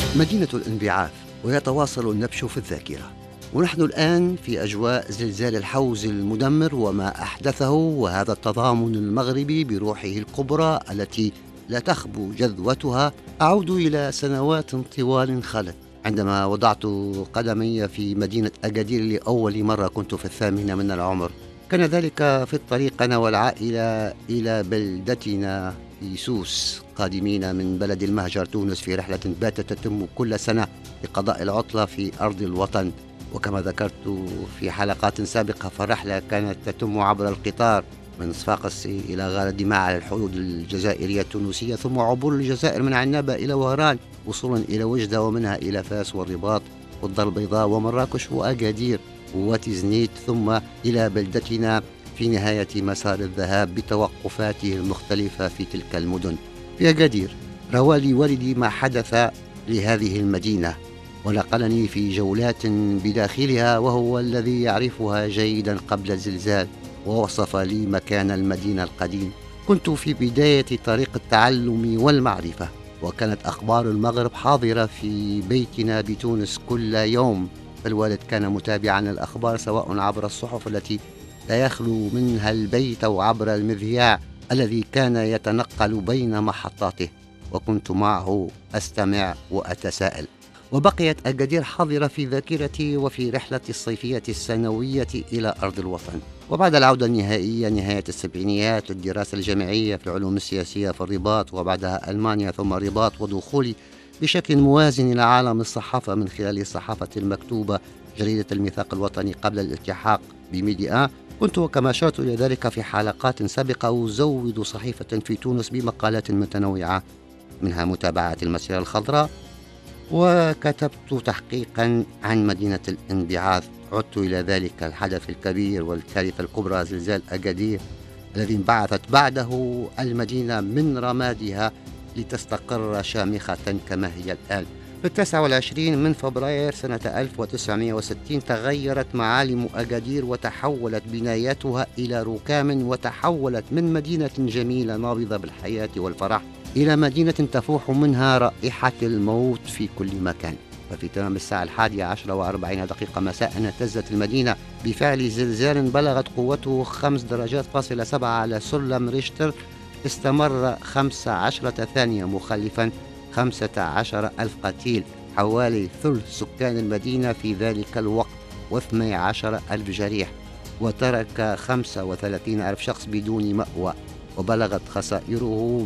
مدينة الانبعاث ويتواصل النبش في الذاكرة. ونحن الآن في أجواء زلزال الحوز المدمر وما أحدثه، وهذا التضامن المغربي بروحه الكبرى التي لا تخبو جذوتها. أعود إلى سنوات طوال خلت عندما وضعت قدمي في مدينة أكادير لأول مرة. كنت في 8 من العمر. كان ذلك في الطريق أنا والعائلة إلى بلدتنا في سوس، قادمين من بلد المهجر تونس في رحلة باتت تتم كل سنة لقضاء العطلة في أرض الوطن. وكما ذكرت في حلقات سابقة، فالرحلة كانت تتم عبر القطار من صفاقس إلى غار دماء على الحدود الجزائرية التونسية، ثم عبور الجزائر من عنابة إلى وهران، وصولا إلى وجدة ومنها إلى فاس والرباط والدار البيضاء ومراكش وأكادير وتزنيت، ثم إلى بلدتنا في نهاية مسار الذهاب بتوقفاته المختلفة في تلك المدن. في أكادير روالي والدي ما حدث لهذه المدينة، ونقلني في جولات بداخلها، وهو الذي يعرفها جيدا قبل الزلزال، ووصف لي مكان المدينة القديم. كنت في بداية طريق التعلم والمعرفة، وكانت أخبار المغرب حاضرة في بيتنا بتونس كل يوم. فالوالد كان متابعا الأخبار سواء عبر الصحف التي لا يخلو منها البيت أو عبر المذياع الذي كان يتنقل بين محطاته، وكنت معه أستمع وأتساءل. وبقيت أكادير حاضرة في ذاكرتي وفي رحلة الصيفية السنوية إلى أرض الوطن. وبعد العودة النهائية نهاية السبعينيات للدراسة الجامعية في العلوم السياسية في الرباط، وبعدها ألمانيا ثم الرباط، ودخولي بشكل موازن إلى عالم الصحافة من خلال الصحافة المكتوبة، جريدة الميثاق الوطني قبل الالتحاق بميديا. كنت وكما أشرت إلى ذلك في حلقات سابقة أزود صحيفة في تونس بمقالات متنوعة، منها متابعة المسيرة الخضراء، وكتبت تحقيقا عن مدينة الانبعاث. عدت إلى ذلك الحدث الكبير والكارثة الكبرى، زلزال أكادير، الذي انبعثت بعده المدينة من رمادها لتستقر شامخة كما هي الآن. في 29 من فبراير سنة 1960 تغيرت معالم أكادير وتحولت بناياتها إلى ركام، وتحولت من مدينة جميلة نابضة بالحياة والفرح إلى مدينة تفوح منها رائحة الموت في كل مكان. وفي تمام الساعة 11:40 مساء اهتزت المدينة بفعل زلزال بلغت قوته 5 درجات فاصلة 7 على سلم ريشتر، استمر 15 ثانية، مخلفا 15,000 قتيل، حوالي ثلث سكان المدينة في ذلك الوقت، و12,000 جريح، وترك 35,000 شخص بدون مأوى، وبلغت خسائره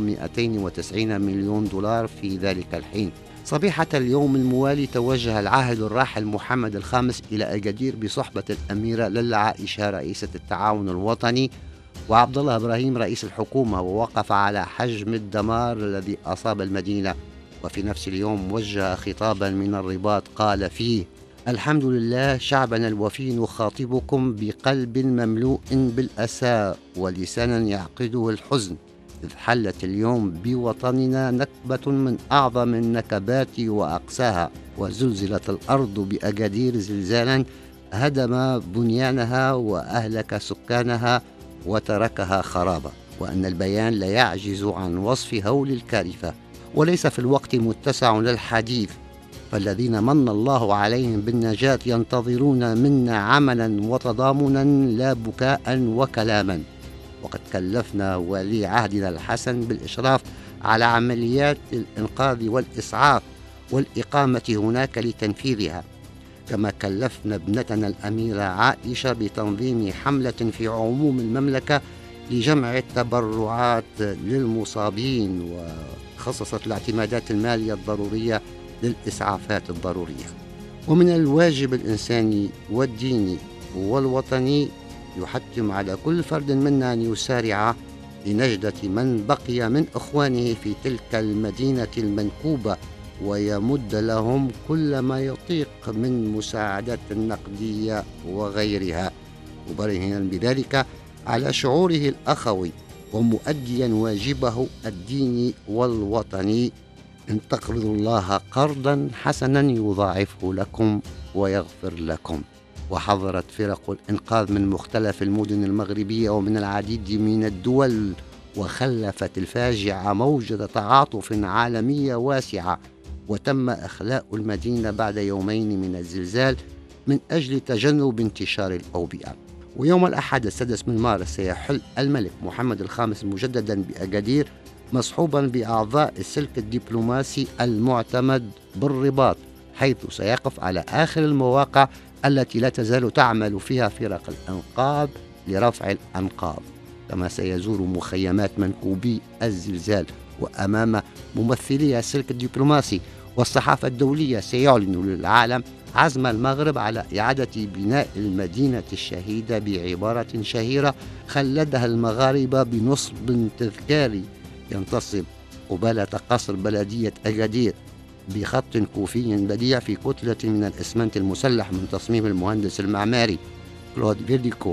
290 مليون دولار في ذلك الحين. صبيحة اليوم الموالي توجه العاهل الراحل محمد الخامس إلى أكادير بصحبة الأميرة للا عائشة رئيسة التعاون الوطني وعبد الله إبراهيم رئيس الحكومة، ووقف على حجم الدمار الذي أصاب المدينة. وفي نفس اليوم وجه خطابا من الرباط قال فيه: الحمد لله شعبنا الوفي نخاطبكم بقلب مملوء بالأسى ولسانا يعقده الحزن، إذ حلت اليوم بوطننا نكبة من أعظم النكبات وأقساها، وزلزلت الأرض بأكادير زلزالا هدم بنيانها وأهلك سكانها وتركها خرابة، وأن البيان لا يعجز عن وصف هول الكارثة، وليس في الوقت متسع للحديث، فالذين من الله عليهم بالنجاة ينتظرون منا عملا وتضامنا لا بكاء وكلاما. وقد كلفنا ولي عهدنا الحسن بالإشراف على عمليات الإنقاذ والإسعاف والإقامة هناك لتنفيذها، كما كلفنا ابنتنا الأميرة عائشة بتنظيم حملة في عموم المملكة لجمع التبرعات للمصابين، وخصصت الاعتمادات المالية الضرورية للإسعافات الضرورية. ومن الواجب الإنساني والديني والوطني يحتم على كل فرد منا أن يسارع لنجدة من بقي من إخوانه في تلك المدينة المنكوبة، ويمد لهم كل ما يطيق من مساعدات نقدية وغيرها، مبرهنا بذلك على شعوره الأخوي ومؤديا واجبه الديني والوطني: إن تقرضوا الله قرضا حسنا يضاعفه لكم ويغفر لكم. وحضرت فرق الإنقاذ من مختلف المدن المغربية ومن العديد من الدول، وخلفت الفاجعة موجة تعاطف عالمية واسعة، وتم إخلاء المدينة بعد يومين من الزلزال من أجل تجنب انتشار الأوبئة. ويوم الأحد السادس من مارس سيحل الملك محمد الخامس مجددا بأكادير، مصحوبا بأعضاء السلك الدبلوماسي المعتمد بالرباط، حيث سيقف على آخر المواقع التي لا تزال تعمل فيها فرق الأنقاذ لرفع الأنقاض، كما سيزور مخيمات منكوبي الزلزال. وأمام ممثلي السلك الدبلوماسي والصحافة الدولية سيعلن للعالم عزم المغرب على إعادة بناء المدينة الشهيدة بعبارة شهيرة خلدها المغاربة بنصب تذكاري ينتصب قبالة قصر بلدية أكادير بخط كوفي بديع في كتلة من الإسمنت المسلح من تصميم المهندس المعماري كلود فيرديكو.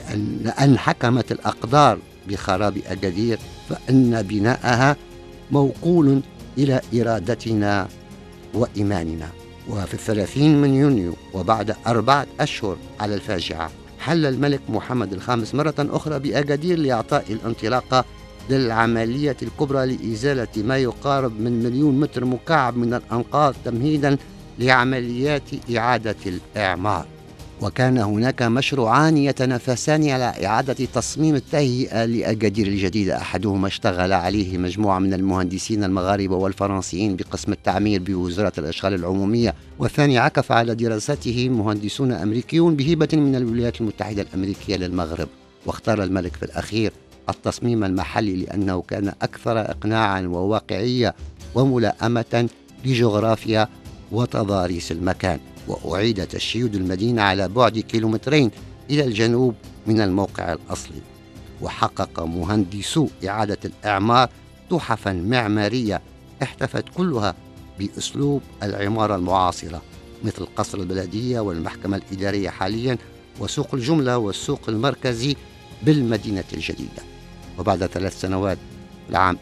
لأن حكمت الأقدار بخراب أكادير فإن بناءها موكول إلى إرادتنا وإيماننا. وفي 30 من يونيو وبعد 4 أشهر على الفاجعة، حل الملك محمد الخامس مرة أخرى بأكادير لإعطاء الانطلاقة للعملية الكبرى لإزالة ما يقارب من 1,000,000 متر مكعب من الأنقاض تمهيدا لعمليات إعادة الإعمار. وكان هناك مشروعان يتنافسان على إعادة تصميم التهيئة لأكادير الجديدة، أحدهما اشتغل عليه مجموعة من المهندسين المغاربة والفرنسيين بقسم التعمير بوزارة الأشغال العمومية، والثاني عكف على دراسته مهندسون أمريكيون بهبة من الولايات المتحدة الأمريكية للمغرب. واختار الملك في الأخير التصميم المحلي لأنه كان أكثر إقناعا وواقعية وملائمة لجغرافيا وتضاريس المكان. وأعيد تشييد المدينة على بعد 2 كيلومترين إلى الجنوب من الموقع الأصلي. وحقق مهندسو إعادة الإعمار تحفا معمارية احتفت كلها بأسلوب العمارة المعاصرة، مثل قصر البلدية والمحكمة الإدارية حاليا وسوق الجملة والسوق المركزي بالمدينة الجديدة. وبعد 3 سنوات العام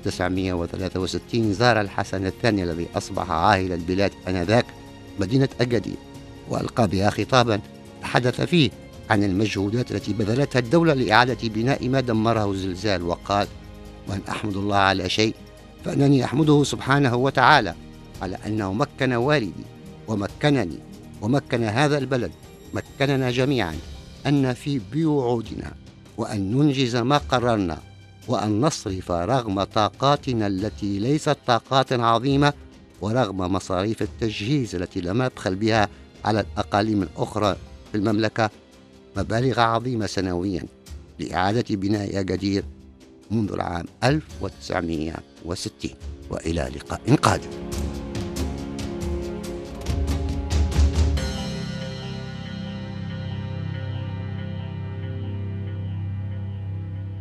1963 زار الحسن الثاني الذي أصبح عاهل البلاد آنذاك مدينة أكادير، وألقى بها خطابا تحدث فيه عن المجهودات التي بذلتها الدولة لإعادة بناء ما دمره الزلزال، وقال: وأن أحمد الله على شيء فأنني أحمده سبحانه وتعالى على أنه مكن والدي ومكنني ومكن هذا البلد، مكننا جميعا أن نفي بوعودنا وأن ننجز ما قررنا وأن نصرف رغم طاقاتنا التي ليست طاقات عظيمة ورغم مصاريف التجهيز التي لم يبخل بها على الأقاليم الأخرى في المملكة مبالغ عظيمة سنويا لإعادة بناء أكادير منذ العام 1960. وإلى لقاء قادم.